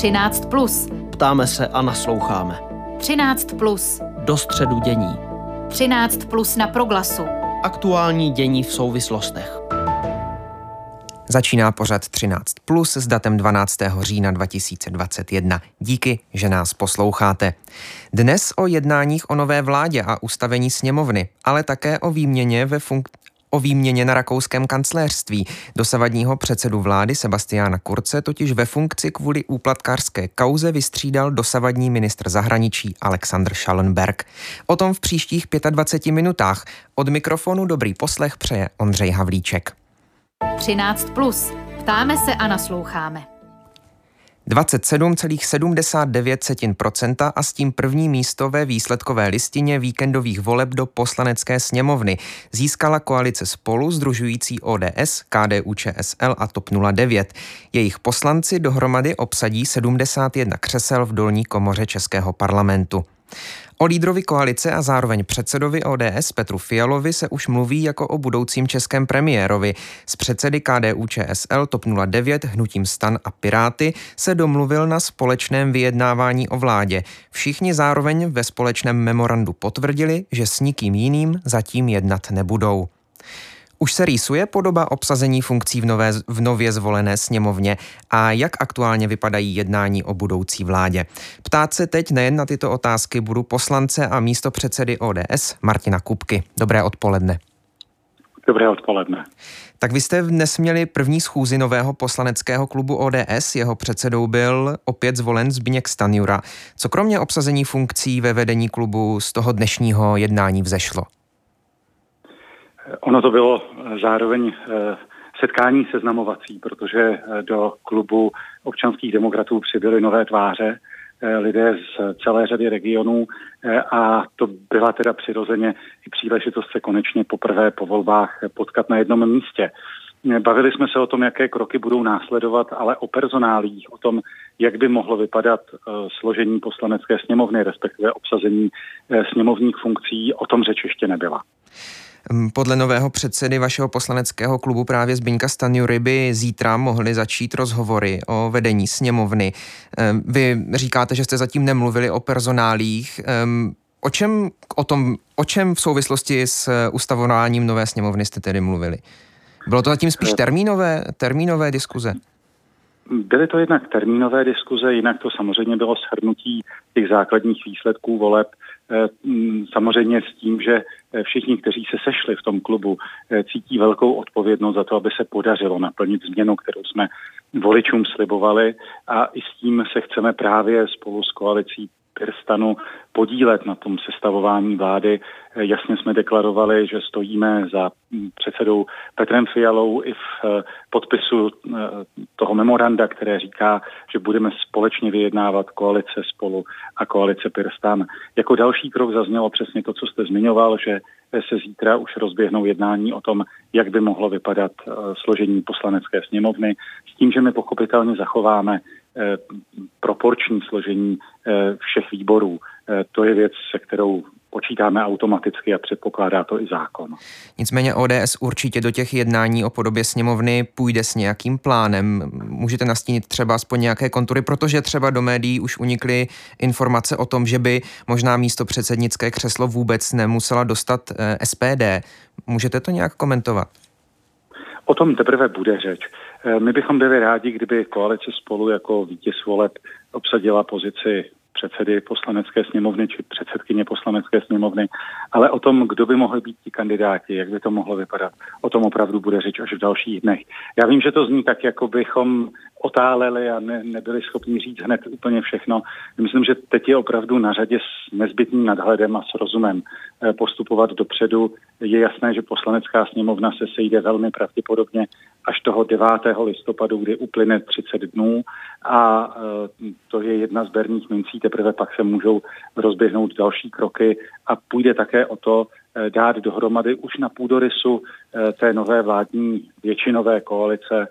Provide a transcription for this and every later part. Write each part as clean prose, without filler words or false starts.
13+. Ptáme se a nasloucháme. 13+. Do středu dění. 13+ na Proglasu. Aktuální dění v souvislostech. Začíná pořad 13+ s datem 12. října 2021. Díky, že nás posloucháte. Dnes o jednáních o nové vládě a ustavení sněmovny, ale také o výměně na rakouském kancléřství. Dosavadního předsedu vlády Sebastiana Kurze totiž ve funkci kvůli úplatkářské kauze vystřídal dosavadní ministr zahraničí Alexander Schallenberg. O tom v příštích 25 minutách. Od mikrofonu dobrý poslech přeje Ondřej Havlíček. 13+. Ptáme se a nasloucháme. 27,79% a s tím první místo ve výsledkové listině víkendových voleb do Poslanecké sněmovny získala koalice Spolu sdružující ODS, KDU-ČSL a TOP 09. Jejich poslanci dohromady obsadí 71 křesel v dolní komoře českého parlamentu. O lídrovi koalice a zároveň předsedovi ODS Petru Fialovi se už mluví jako o budoucím českém premiérovi. S předsedy KDU-ČSL, TOP 09, hnutím STAN a Piráty se domluvil na společném vyjednávání o vládě. Všichni zároveň ve společném memorandu potvrdili, že s nikým jiným zatím jednat nebudou. Už se rýsuje podoba obsazení funkcí v nově zvolené sněmovně a jak aktuálně vypadají jednání o budoucí vládě. Ptát se teď nejen na tyto otázky budu poslance a místopředsedy ODS Martina Kupky. Dobré odpoledne. Dobré odpoledne. Tak vy jste dnes měli první schůzi nového poslaneckého klubu ODS, jeho předsedou byl opět zvolen Zbyněk Stanjura. Co kromě obsazení funkcí ve vedení klubu z toho dnešního jednání vzešlo? Ono to bylo zároveň setkání seznamovací, protože do klubu občanských demokratů přibyly nové tváře, lidé z celé řady regionů a to byla teda přirozeně i příležitost se konečně poprvé po volbách potkat na jednom místě. Bavili jsme se o tom, jaké kroky budou následovat, ale o personálích, o tom, jak by mohlo vypadat složení poslanecké sněmovny, respektive obsazení sněmovních funkcí, o tom řeč ještě nebyla. Podle nového předsedy vašeho poslaneckého klubu právě Zbyňka Stanjury by zítra mohly začít rozhovory o vedení sněmovny. Vy říkáte, že jste zatím nemluvili o personálích. O čem v souvislosti s ustavováním nové sněmovny jste tedy mluvili? Bylo to zatím spíš termínové diskuze? Byly to jednak termínové diskuze, jinak to samozřejmě bylo shrnutí těch základních výsledků voleb. Samozřejmě s tím, že všichni, kteří se sešli v tom klubu, cítí velkou odpovědnost za to, aby se podařilo naplnit změnu, kterou jsme voličům slibovali, a i s tím se chceme právě spolu s koalicí PirSTANu podílet na tom sestavování vlády. Jasně jsme deklarovali, že stojíme za předsedou Petrem Fialou i v podpisu toho memoranda, které říká, že budeme společně vyjednávat koalice Spolu a koalice PirSTAN. Jako další krok zaznělo přesně to, co jste zmiňoval, že se zítra už rozběhnou jednání o tom, jak by mohlo vypadat složení poslanecké sněmovny, s tím, že my pochopitelně zachováme proporční složení všech výborů. To je věc, se kterou počítáme automaticky a předpokládá to i zákon. Nicméně ODS určitě do těch jednání o podobě sněmovny půjde s nějakým plánem. Můžete nastínit třeba aspoň nějaké kontury, protože třeba do médií už unikly informace o tom, že by možná místo předsednické křeslo vůbec nemusela dostat SPD. Můžete to nějak komentovat? O tom teprve bude řeč. My bychom byli rádi, kdyby koalice Spolu jako vítěz voleb obsadila pozici předsedy poslanecké sněmovny či předsedkyně poslanecké sněmovny, ale o tom, kdo by mohli být ti kandidáti, jak by to mohlo vypadat, o tom opravdu bude řeč až v dalších dnech. Já vím, že to zní tak, jako bychom otáleli a nebyli schopni říct hned úplně všechno. Myslím, že teď je opravdu na řadě s nezbytným nadhledem a s rozumem postupovat dopředu. Je jasné, že poslanecká sněmovna se sejde velmi pravděpodobně až toho 9. listopadu, kdy uplyne 30 dnů a to je jedna z berních mincí, teprve pak se můžou rozběhnout další kroky a půjde také o to dát dohromady už na půdorysu té nové vládní většinové koalice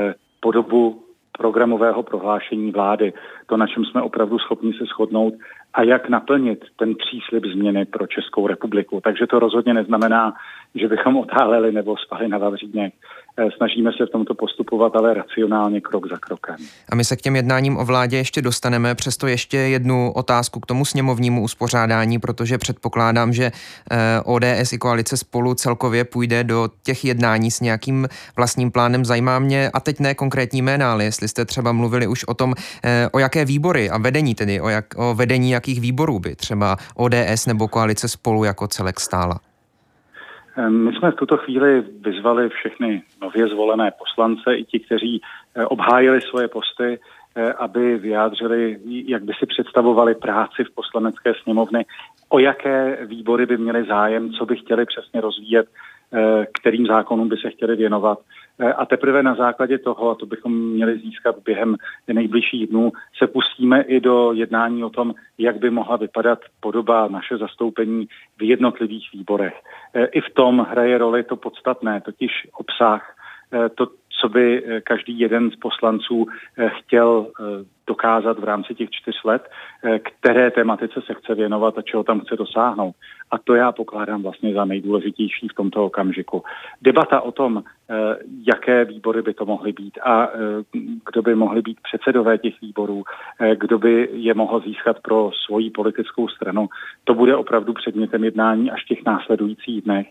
podobu programového prohlášení vlády, to, na čem jsme opravdu schopni se shodnout a jak naplnit ten příslib změny pro Českou republiku. Takže to rozhodně neznamená že bychom otáleli nebo spali na vavřínech. Snažíme se v tomto postupovat, ale racionálně, krok za krokem. A my se k těm jednáním o vládě ještě dostaneme, přesto ještě jednu otázku k tomu sněmovnímu uspořádání, protože předpokládám, že ODS i koalice Spolu celkově půjde do těch jednání s nějakým vlastním plánem. Zajímá mě, a teď ne konkrétní jména, ale jestli jste třeba mluvili už o tom, o jaké výbory a vedení tedy, o vedení jakých výborů by třeba ODS nebo koalice Spolu jako celek stála. My jsme v tuto chvíli vyzvali všechny nově zvolené poslance i ti, kteří obhájili svoje posty, aby vyjádřili, jak by si představovali práci v Poslanecké sněmovny, o jaké výbory by měli zájem, co by chtěli přesně rozvíjet, kterým zákonům by se chtěli věnovat. A teprve na základě toho, a to bychom měli získat během nejbližších dnů, se pustíme i do jednání o tom, jak by mohla vypadat podoba naše zastoupení v jednotlivých výborech. I v tom hraje roli to podstatné, totiž obsah, to, co by každý jeden z poslanců chtěl dokázat v rámci těch 4 let, které tematice se chce věnovat a čeho tam chce dosáhnout. A to já pokládám vlastně za nejdůležitější v tomto okamžiku. Debata o tom, jaké výbory by to mohly být a kdo by mohli být předsedové těch výborů, kdo by je mohl získat pro svoji politickou stranu, to bude opravdu předmětem jednání až v těch následujících dnech.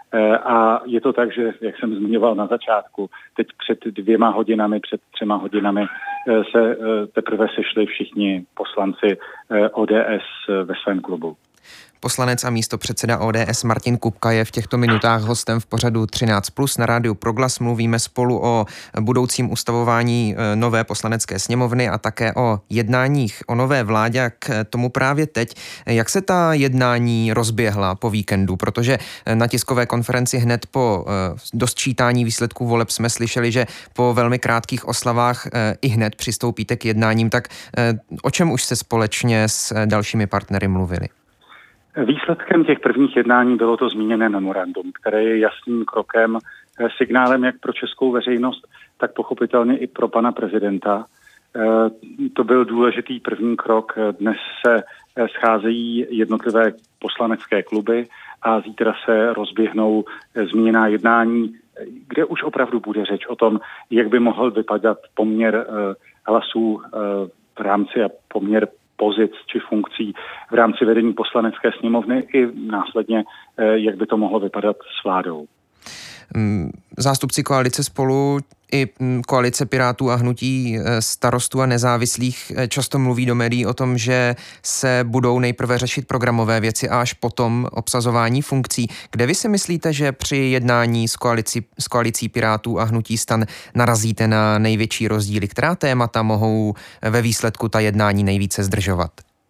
A je to tak, že, jak jsem zmiňoval na začátku, teď před 2 hodinami, před 3 hodinami se teprve sešli všichni poslanci ODS ve svém klubu. Poslanec a místopředseda ODS Martin Kupka je v těchto minutách hostem v pořadu 13+ na rádiu Proglas. Mluvíme spolu o budoucím ustavování nové poslanecké sněmovny a také o jednáních o nové vládě. A k tomu právě teď, jak se ta jednání rozběhla po víkendu, protože na tiskové konferenci hned po dosčítání výsledků voleb jsme slyšeli, že po velmi krátkých oslavách i hned přistoupíte k jednáním. Tak o čem už se společně s dalšími partnery mluvili? Výsledkem těch prvních jednání bylo to zmíněné memorandum, které je jasným krokem, signálem jak pro českou veřejnost, tak pochopitelně i pro pana prezidenta. To byl důležitý první krok. Dnes se scházejí jednotlivé poslanecké kluby a zítra se rozběhnou zmíněná jednání, kde už opravdu bude řeč o tom, jak by mohl vypadat poměr hlasů v rámci a poměr pozic či funkcí v rámci vedení Poslanecké sněmovny i následně, jak by to mohlo vypadat s vládou. Zástupci koalice Spolu i koalice Pirátů a hnutí Starostů a nezávislých často mluví do médií o tom, že se budou nejprve řešit programové věci a až potom obsazování funkcí. Kde vy si myslíte, že při jednání s koalicí Pirátů a hnutí STAN narazíte na největší rozdíly? Která témata mohou ve výsledku ta jednání nejvíce zdržovat?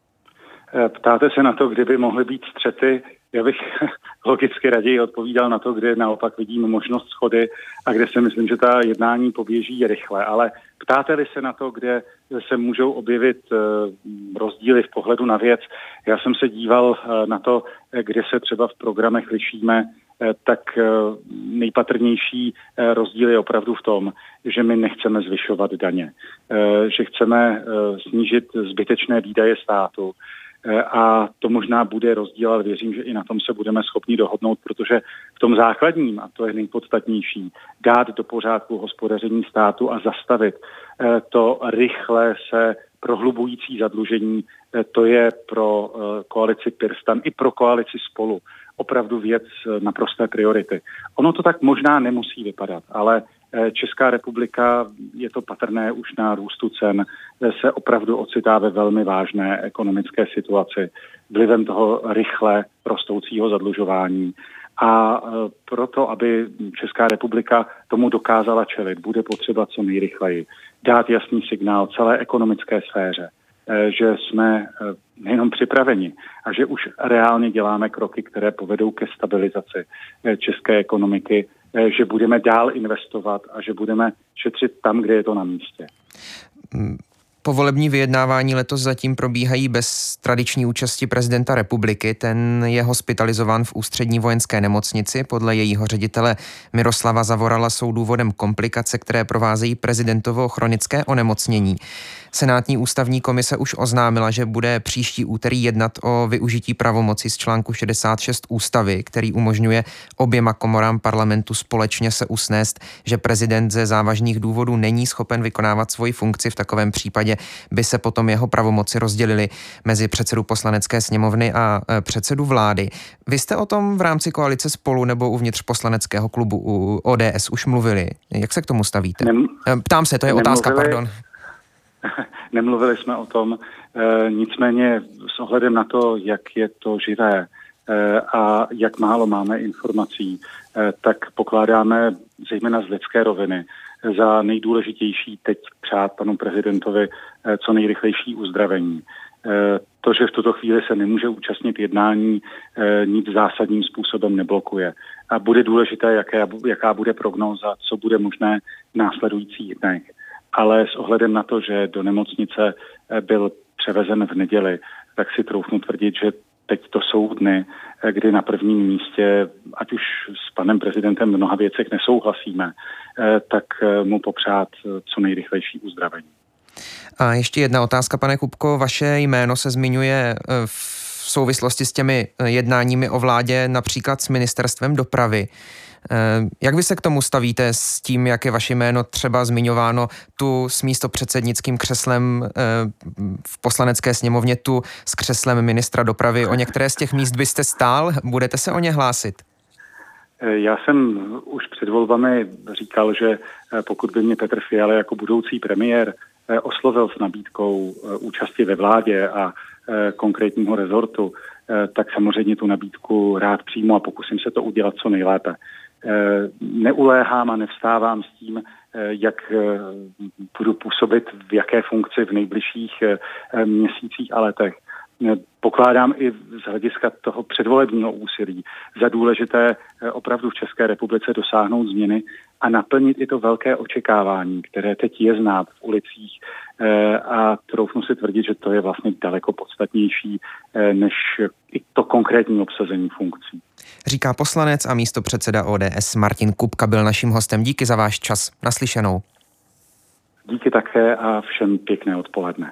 Ptáte se na to, kdyby mohly být střety. Já bych logicky raději odpovídal na to, kde naopak vidím možnost shody a kde si myslím, že ta jednání poběží rychle. Ale ptáte-li se na to, kde se můžou objevit rozdíly v pohledu na věc, já jsem se díval na to, kde se třeba v programech lišíme, tak nejpatrnější rozdíl je opravdu v tom, že my nechceme zvyšovat daně, že chceme snížit zbytečné výdaje státu. A to možná bude rozdíl, ale věřím, že i na tom se budeme schopni dohodnout, protože v tom základním, a to je nejpodstatnější, dát do pořádku hospodaření státu a zastavit to rychle se prohlubující zadlužení, to je pro koalici PirSTAN i pro koalici Spolu opravdu věc naprosté priority. Ono to tak možná nemusí vypadat, ale Česká republika, je to patrné už na růstu cen, se opravdu ocitá ve velmi vážné ekonomické situaci vlivem toho rychle rostoucího zadlužování. A proto, aby Česká republika tomu dokázala čelit, bude potřeba co nejrychleji dát jasný signál celé ekonomické sféře, že jsme nejenom připraveni a že už reálně děláme kroky, které povedou ke stabilizaci české ekonomiky, že budeme dál investovat a že budeme šetřit tam, kde je to na místě. Povolební vyjednávání letos zatím probíhají bez tradiční účasti prezidenta republiky. Ten je hospitalizován v Ústřední vojenské nemocnici. Podle jejího ředitele Miroslava Zavorala jsou důvodem komplikace, které provázejí prezidentovo chronické onemocnění. Senátní ústavní komise už oznámila, že bude příští úterý jednat o využití pravomoci z článku 66 ústavy, který umožňuje oběma komorám parlamentu společně se usnést, že prezident ze závažných důvodů není schopen vykonávat svoji funkci. V takovém případě by se potom jeho pravomoci rozdělily mezi předsedu Poslanecké sněmovny a předsedu vlády. Vy jste o tom v rámci koalice Spolu nebo uvnitř poslaneckého klubu u ODS už mluvili. Jak se k tomu stavíte? Ptám se, to je otázka, pardon. Nemluvili jsme o tom, nicméně s ohledem na to, jak je to živé a jak málo máme informací, tak pokládáme zejména z lidské roviny za nejdůležitější teď přát panu prezidentovi co nejrychlejší uzdravení. To, že v tuto chvíli se nemůže účastnit jednání, nic zásadním způsobem neblokuje. A bude důležité, jaká bude prognóza, co bude možné v následujících dnech. Ale s ohledem na to, že do nemocnice byl převezen v neděli, tak si troufnu tvrdit, že teď to jsou dny, kdy na prvním místě, ať už s panem prezidentem v mnoha věcech nesouhlasíme, tak mu popřát co nejrychlejší uzdravení. A ještě jedna otázka, pane Kupko. Vaše jméno se zmiňuje v souvislosti s těmi jednáními o vládě, například s ministerstvem dopravy. Jak vy se k tomu stavíte s tím, jak je vaše jméno třeba zmiňováno tu s místopředsednickým křeslem v Poslanecké sněmovně, tu s křeslem ministra dopravy? O některé z těch míst byste stál? Budete se o ně hlásit? Já jsem už před volbami říkal, že pokud by mě Petr Fiala jako budoucí premiér oslovil s nabídkou účasti ve vládě a konkrétního rezortu, tak samozřejmě tu nabídku rád přijmu a pokusím se to udělat co nejlépe. Neuléhám a nevstávám s tím, jak budu působit v jaké funkci v nejbližších měsících a letech. Pokládám i z hlediska toho předvolebního úsilí za důležité opravdu v České republice dosáhnout změny a naplnit i to velké očekávání, které teď je znát v ulicích a troufnu si tvrdit, že to je vlastně daleko podstatnější než i to konkrétní obsazení funkcí. Říká poslanec a místopředseda ODS Martin Kupka, byl naším hostem. Díky za váš čas. Naslyšenou. Díky také a všem pěkné odpoledne.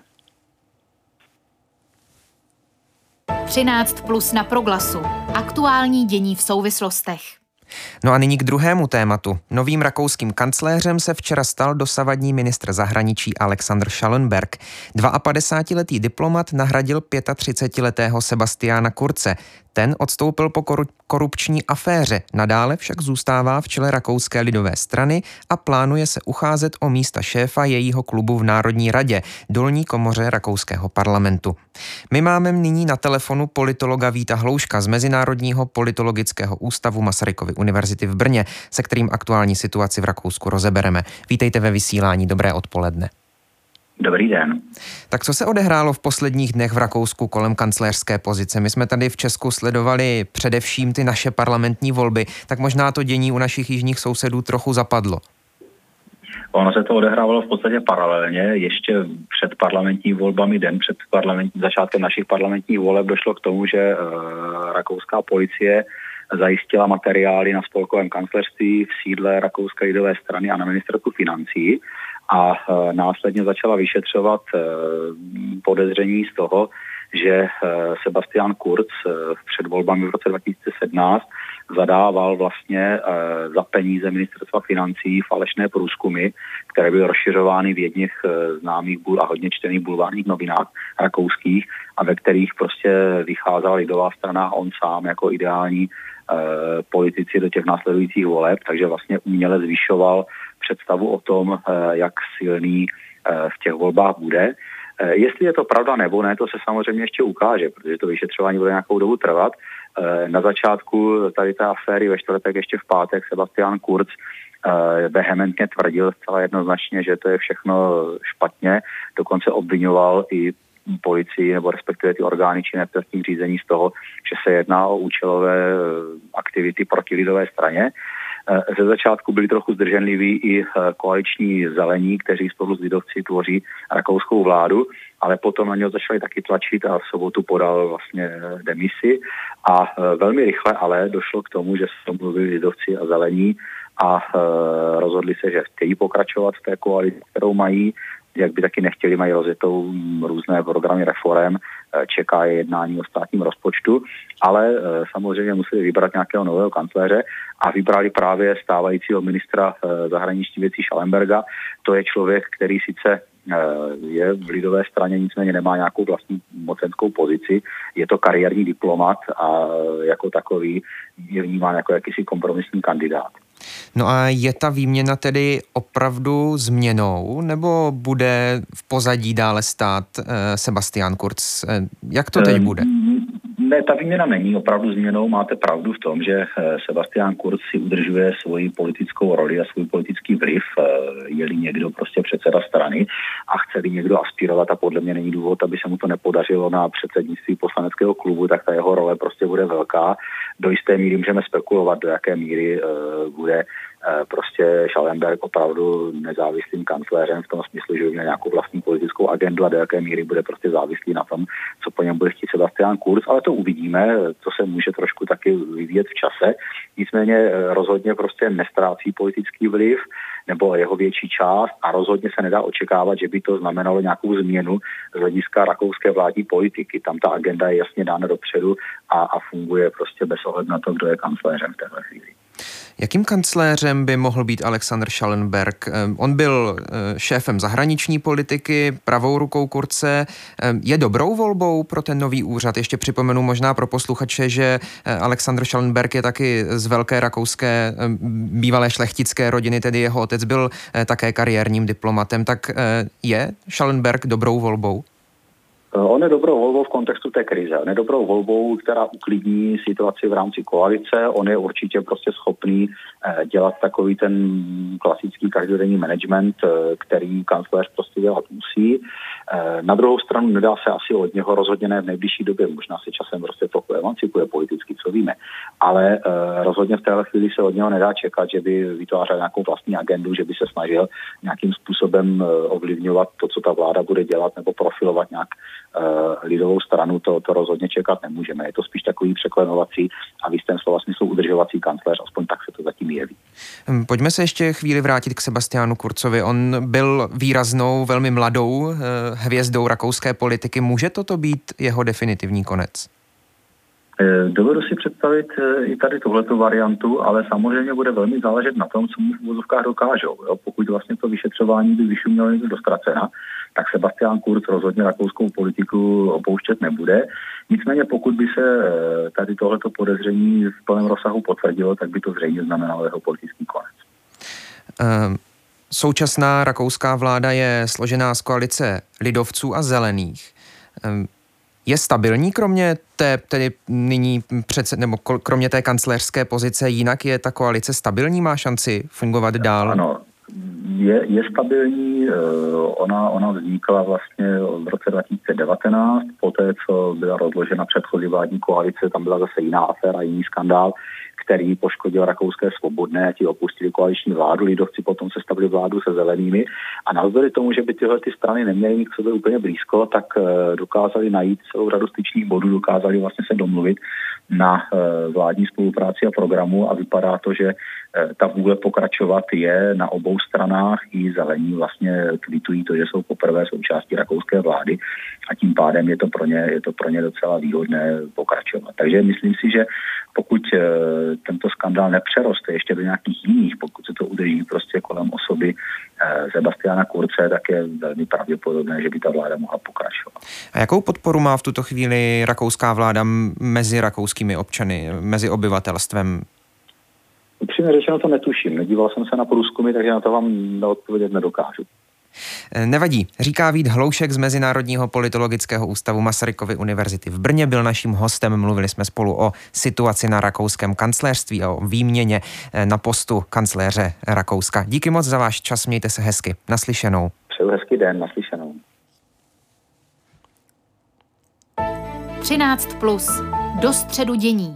13+ na Proglasu. Aktuální dění v souvislostech. No a nyní k druhému tématu. Novým rakouským kancléřem se včera stal dosavadní ministr zahraničí Alexander Schallenberg. 52letý diplomat nahradil 35letého Sebastiana Kurze. Ten odstoupil po korupční aféře, nadále však zůstává v čele Rakouské lidové strany a plánuje se ucházet o místa šéfa jejího klubu v Národní radě, dolní komoře rakouského parlamentu. My máme nyní na telefonu politologa Víta Hlouška z Mezinárodního politologického ústavu Masarykovy univerzity v Brně, se kterým aktuální situaci v Rakousku rozebereme. Vítejte ve vysílání, dobré odpoledne. Dobrý den. Tak co se odehrálo v posledních dnech v Rakousku kolem kancléřské pozice? My jsme tady v Česku sledovali především ty naše parlamentní volby, tak možná to dění u našich jižních sousedů trochu zapadlo. Ono se to odehrávalo v podstatě paralelně. Ještě před parlamentní volbami, den před začátkem našich parlamentních voleb došlo k tomu, že rakouská policie zajistila materiály na spolkovém kancléřství v sídle Rakouské lidové strany a na ministerstvu financí a následně začala vyšetřovat podezření z toho, že Sebastian Kurz před volbami v roce 2017 zadával vlastně za peníze ministerstva financí falešné průzkumy, které byly rozšiřovány v jedných známých a hodně čtených bulvárních novinách rakouských a ve kterých prostě vycházela lidová strana a on sám jako ideální politici do těch následujících voleb, takže vlastně uměle zvyšoval představu o tom, jak silný v těch volbách bude. Jestli je to pravda nebo ne, to se samozřejmě ještě ukáže, protože to vyšetřování bude nějakou dobu trvat. Na začátku tady té aféry ve čtvrtek, ještě v pátek, Sebastian Kurz vehementně tvrdil zcela jednoznačně, že to je všechno špatně, dokonce obvinoval i policii nebo respektive ty orgány činné v trestním řízení z toho, že se jedná o účelové aktivity proti lidové straně. Ze začátku byli trochu zdrženliví i koaliční zelení, kteří spolu s lidovci tvoří rakouskou vládu, ale potom na něho začali taky tlačit a v sobotu podal vlastně demisi a velmi rychle ale došlo k tomu, že se domluvili lidovci a zelení a rozhodli se, že chtějí pokračovat v té koalici, kterou mají. jak by taky nechtěli, mají rozjetou různé programy reforem, čeká je jednání o státním rozpočtu, ale samozřejmě museli vybrat nějakého nového kancléře a vybrali právě stávajícího ministra zahraničních věcí Schallenberga. To je člověk, který sice je v lidové straně, nicméně nemá nějakou vlastní mocenskou pozici. Je to kariérní diplomat a jako takový je vnímán jako jakýsi kompromisní kandidát. No a je ta výměna tedy opravdu změnou, nebo bude v pozadí dále stát Sebastian Kurz? Jak to teď bude? Ne, ta výměna není opravdu změnou. Máte pravdu v tom, že Sebastian Kurz si udržuje svoji politickou roli a svůj politický vliv. Je-li někdo prostě předseda strany a chce-li někdo aspirovat a podle mě není důvod, aby se mu to nepodařilo na předsednictví poslaneckého klubu, tak ta jeho role prostě bude velká. Do jisté míry můžeme spekulovat, do jaké míry bude prostě Schallenberg opravdu nezávislým kancléřem v tom smyslu, že by měl nějakou vlastní politickou agendu a do jaké míry bude prostě závislý na tom, co po něm bude chtít Sebastian Kurz, ale to uvidíme, to se může trošku taky vyvíjet v čase. Nicméně rozhodně prostě nestrácí politický vliv nebo jeho větší část a rozhodně se nedá očekávat, že by to znamenalo nějakou změnu z hlediska rakouské vládní politiky. Tam ta agenda je jasně dána dopředu a funguje prostě bez ohledu na to, kdo je kancléřem v této chvíli. Jakým kancléřem by mohl být Alexander Schallenberg? On byl šéfem zahraniční politiky, pravou rukou Kurze. Je dobrou volbou pro ten nový úřad? Ještě připomenu možná pro posluchače, že Alexander Schallenberg je taky z velké rakouské bývalé šlechtické rodiny, tedy jeho otec byl také kariérním diplomatem. Tak je Schallenberg dobrou volbou? On je dobrou volbou v kontextu té krize. On je dobrou volbou, která uklidní situaci v rámci koalice. On je určitě prostě schopný dělat takový ten klasický každodenní management, který kancléř prostě dělat musí. Na druhou stranu nedá se asi od něho rozhodně ne v nejbližší době. Možná se časem prostě trochu emancipuje politicky, co víme. Ale rozhodně v téhle chvíli se od něho nedá čekat, že by vytvářel nějakou vlastní agendu, že by se snažil nějakým způsobem ovlivňovat to, co ta vláda bude dělat, nebo profilovat nějak lidovou stranu, to rozhodně čekat nemůžeme. Je to spíš takový překlenovací a v jistém slova smyslu udržovací kancléř, aspoň tak se to zatím jeví. Pojďme se ještě chvíli vrátit k Sebastianu Kurzovi. On byl výraznou, velmi mladou hvězdou rakouské politiky. Může toto být jeho definitivní konec? Dovedu si představit i tady tuhletu variantu, ale samozřejmě bude velmi záležet na tom, co mu v vozovkách dokážou. Jo? Pokud vlastně to vyšetřování by vyšumělo někdo do ztracena, tak Sebastian Kurz rozhodně rakouskou politiku opouštět nebude. Nicméně pokud by se tady tohleto podezření v plném rozsahu potvrdilo, tak by to zřejmě znamenalo jeho politický konec. Současná rakouská vláda je složená z koalice lidovců a zelených. Je stabilní, kromě té tedy nyní nebo kromě té kancléřské pozice, jinak je ta koalice stabilní, má šanci fungovat dál? Ano, je stabilní, ona vznikla vlastně v roce 2019, poté, co byla rozložena předchozí vládní koalice, tam byla zase jiná aféra, jiný skandál, který poškodil rakouské svobodné a ti opustili koaliční vládu. Lidovci potom sestavili vládu se zelenými a navzdory tomu, že by tyhle ty strany neměly mít k sobě úplně blízko, tak dokázali najít celou řadu styčných bodů, dokázali vlastně se domluvit na vládní spolupráci a programu a vypadá to, že ta vůle pokračovat je na obou stranách. I zelení vlastně kvitují to, že jsou poprvé součástí rakouské vlády a tím pádem je to pro ně docela výhodné pokračovat. Takže myslím si, že pokud tento skandál nepřeroste ještě do nějakých jiných, pokud se to udrží prostě kolem osoby Sebastiana Kurze, tak je velmi pravděpodobné, že by ta vláda mohla pokračovat. A jakou podporu má v tuto chvíli rakouská vláda mezi rakouskými občany, mezi obyvatelstvem? Upřímně řečeno to netuším. Nedíval jsem se na průzkumy, takže na to vám odpovědět nedokážu. Nevadí. Říká Vít Hloušek z Mezinárodního politologického ústavu Masarykovy univerzity v Brně. Byl naším hostem, mluvili jsme spolu o situaci na rakouském kancléřství a o výměně na postu kancléře Rakouska. Díky moc za váš čas, mějte se hezky. Naslyšenou. Přeju hezký den, naslyšenou. 13+. Do středu dění.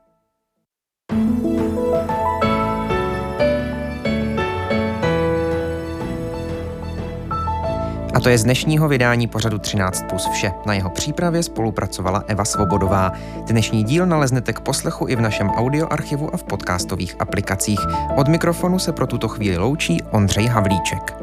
A to je z dnešního vydání pořadu 13+ vše. Na jeho přípravě spolupracovala Eva Svobodová. Dnešní díl naleznete k poslechu i v našem audioarchivu a v podcastových aplikacích. Od mikrofonu se pro tuto chvíli loučí Ondřej Havlíček.